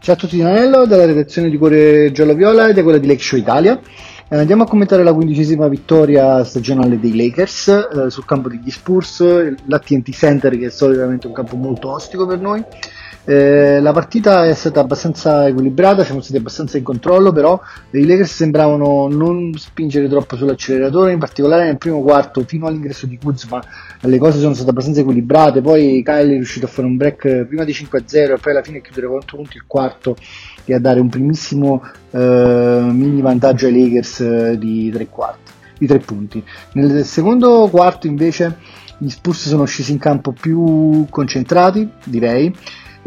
Ciao a tutti, Danello, dalla redazione di Cuore Giallo-Viola e da quella di Lake Show Italia. Andiamo a commentare la 15ª vittoria stagionale dei Lakers sul campo degli Spurs, l'AT&T Center, che è solitamente un campo molto ostico per noi. La partita è stata abbastanza equilibrata, siamo stati abbastanza in controllo, però i Lakers sembravano non spingere troppo sull'acceleratore, in particolare nel primo quarto fino all'ingresso di Kuzma le cose sono state abbastanza equilibrate. Poi Kyle è riuscito a fare un break prima di 5-0 e poi alla fine a chiudere con 8 punti il quarto e a dare un primissimo mini vantaggio ai Lakers di 3 punti. Nel secondo quarto invece gli Spurs sono scesi in campo più concentrati, direi,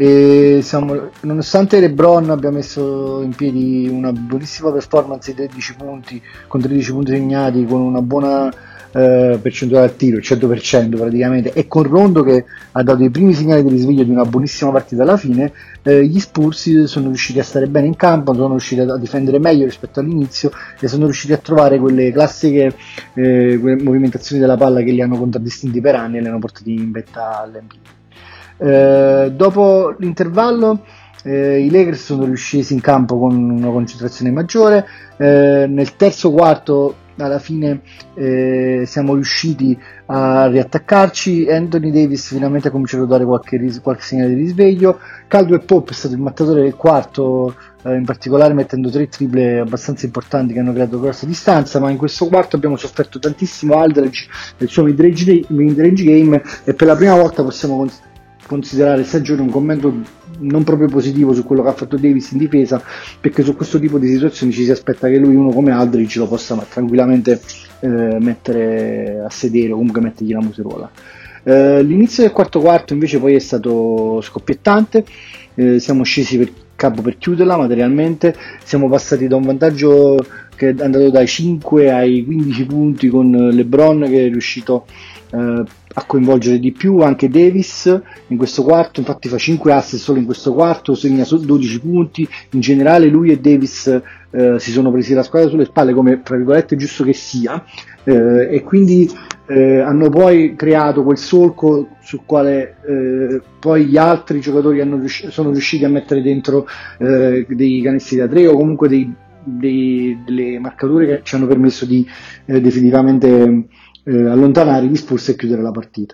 e nonostante LeBron abbia messo in piedi una buonissima performance di 13 punti con 13 punti segnati, con una buona percentuale al tiro, il 100% praticamente, e con Rondo che ha dato i primi segnali di risveglio di una buonissima partita alla fine, gli Spurs sono riusciti a stare bene in campo, sono riusciti a difendere meglio rispetto all'inizio e sono riusciti a trovare quelle classiche quelle movimentazioni della palla che li hanno contraddistinti per anni e li hanno portati in vetta all'NBA. Dopo l'intervallo i Lakers sono riusciti in campo con una concentrazione maggiore. Nel terzo quarto alla fine siamo riusciti a riattaccarci. Anthony Davis finalmente ha cominciato a dare qualche segnale di risveglio. Caldwell Pope è stato il mattatore del quarto, in particolare mettendo 3 triple abbastanza importanti che hanno creato grossa distanza, ma in questo quarto abbiamo sofferto tantissimo Aldridge nel suo mid-range game e per la prima volta possiamo considerare stagione un commento non proprio positivo su quello che ha fatto Davis in difesa, perché su questo tipo di situazioni ci si aspetta che lui, uno come Aldridge, lo possa tranquillamente mettere a sedere o comunque mettergli la museruola. L'inizio del quarto quarto invece poi è stato scoppiettante, siamo scesi per campo per chiuderla materialmente, siamo passati da un vantaggio che è andato dai 5 ai 15 punti con LeBron che è riuscito a coinvolgere di più anche Davis in questo quarto, infatti fa 5 assist solo in questo quarto, segna 12 punti. In generale lui e Davis si sono presi la squadra sulle spalle, come tra virgolette giusto che sia, e quindi hanno poi creato quel solco sul quale poi gli altri giocatori sono riusciti a mettere dentro dei canestri da 3 o comunque delle marcature che ci hanno permesso di definitivamente allontanare gli Spurs e chiudere la partita.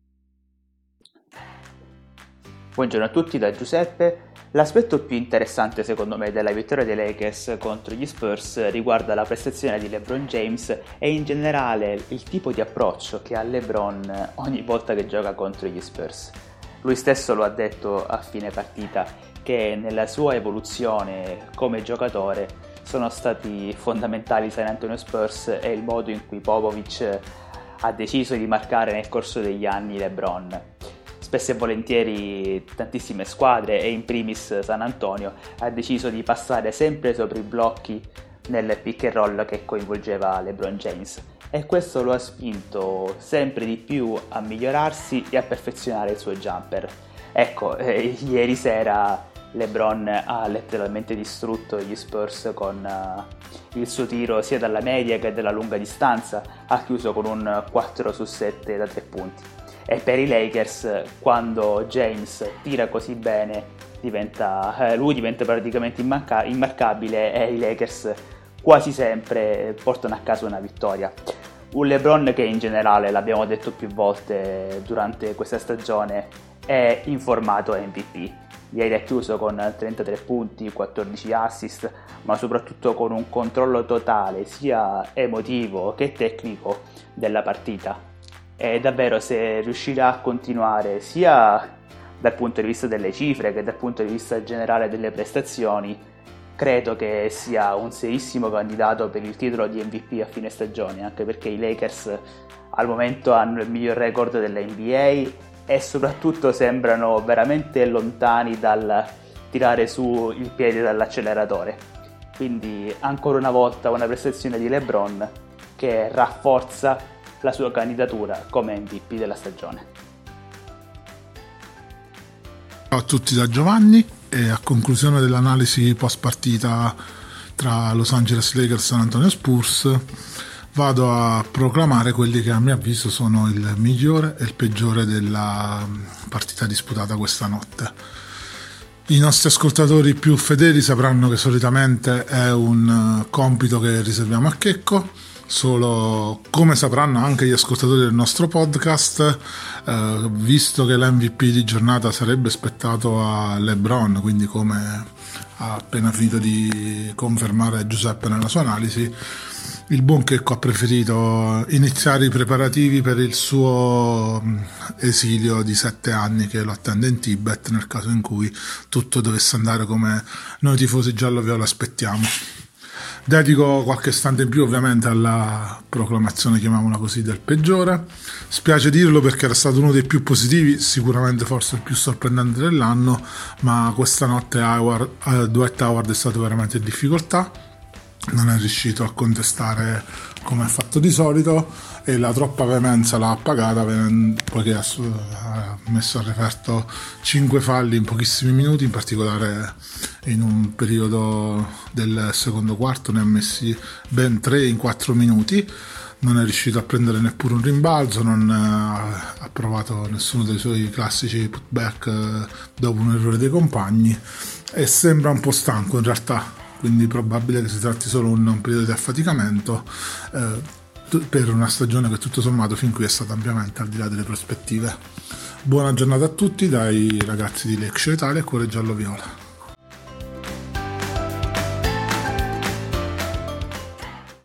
Buongiorno a tutti da Giuseppe. L'aspetto più interessante secondo me della vittoria dei Lakers contro gli Spurs riguarda la prestazione di LeBron James e in generale il tipo di approccio che ha LeBron ogni volta che gioca contro gli Spurs. Lui stesso lo ha detto a fine partita che nella sua evoluzione come giocatore sono stati fondamentali San Antonio Spurs e il modo in cui Popovich ha deciso di marcare nel corso degli anni LeBron. Spesso e volentieri tantissime squadre, e in primis San Antonio, ha deciso di passare sempre sopra i blocchi nel pick and roll che coinvolgeva LeBron James, e questo lo ha spinto sempre di più a migliorarsi e a perfezionare il suo jumper. Ecco, ieri sera LeBron ha letteralmente distrutto gli Spurs con il suo tiro sia dalla media che dalla lunga distanza, ha chiuso con un 4 su 7 da 3 punti. E per i Lakers, quando James tira così bene, lui diventa praticamente immarcabile e i Lakers quasi sempre portano a casa una vittoria. Un LeBron che in generale, l'abbiamo detto più volte durante questa stagione, è in formato MVP. Ieri ha chiuso con 33 punti, 14 assist, ma soprattutto con un controllo totale sia emotivo che tecnico della partita. E davvero, se riuscirà a continuare sia dal punto di vista delle cifre che dal punto di vista generale delle prestazioni, credo che sia un serissimo candidato per il titolo di MVP a fine stagione, anche perché i Lakers al momento hanno il miglior record dell'NBA e soprattutto sembrano veramente lontani dal tirare su il piede dall'acceleratore. Quindi ancora una volta una prestazione di LeBron che rafforza la sua candidatura come MVP della stagione. Ciao a tutti da Giovanni, e a conclusione dell'analisi post partita tra Los Angeles Lakers e San Antonio Spurs vado a proclamare quelli che a mio avviso sono il migliore e il peggiore della partita disputata questa notte. I nostri ascoltatori più fedeli sapranno che solitamente è un compito che riserviamo a Checco, solo come sapranno anche gli ascoltatori del nostro podcast, visto che l'MVP di giornata sarebbe spettato a LeBron, quindi come ha appena finito di confermare Giuseppe nella sua analisi, il buon Checco ha preferito iniziare i preparativi per il suo esilio di 7 anni che lo attende in Tibet, nel caso in cui tutto dovesse andare come noi tifosi giallo-viola aspettiamo. Dedico qualche istante in più ovviamente alla proclamazione, chiamiamola così, del peggiore. Spiace dirlo perché era stato uno dei più positivi, sicuramente forse il più sorprendente dell'anno, ma questa notte Dwight Howard è stato veramente in difficoltà. Non è riuscito a contestare come ha fatto di solito e la troppa veemenza l'ha appagata, poiché ha messo a referto 5 falli in pochissimi minuti, in particolare in un periodo del secondo quarto ne ha messi ben 3 in 4 minuti. Non è riuscito a prendere neppure un rimbalzo, non ha provato nessuno dei suoi classici putback dopo un errore dei compagni e sembra un po' stanco in realtà, quindi probabile che si tratti solo di un periodo di affaticamento per una stagione che tutto sommato fin qui è stata ampiamente al di là delle prospettive. Buona giornata a tutti dai ragazzi di Lecce Italia e Cuore Giallo Viola.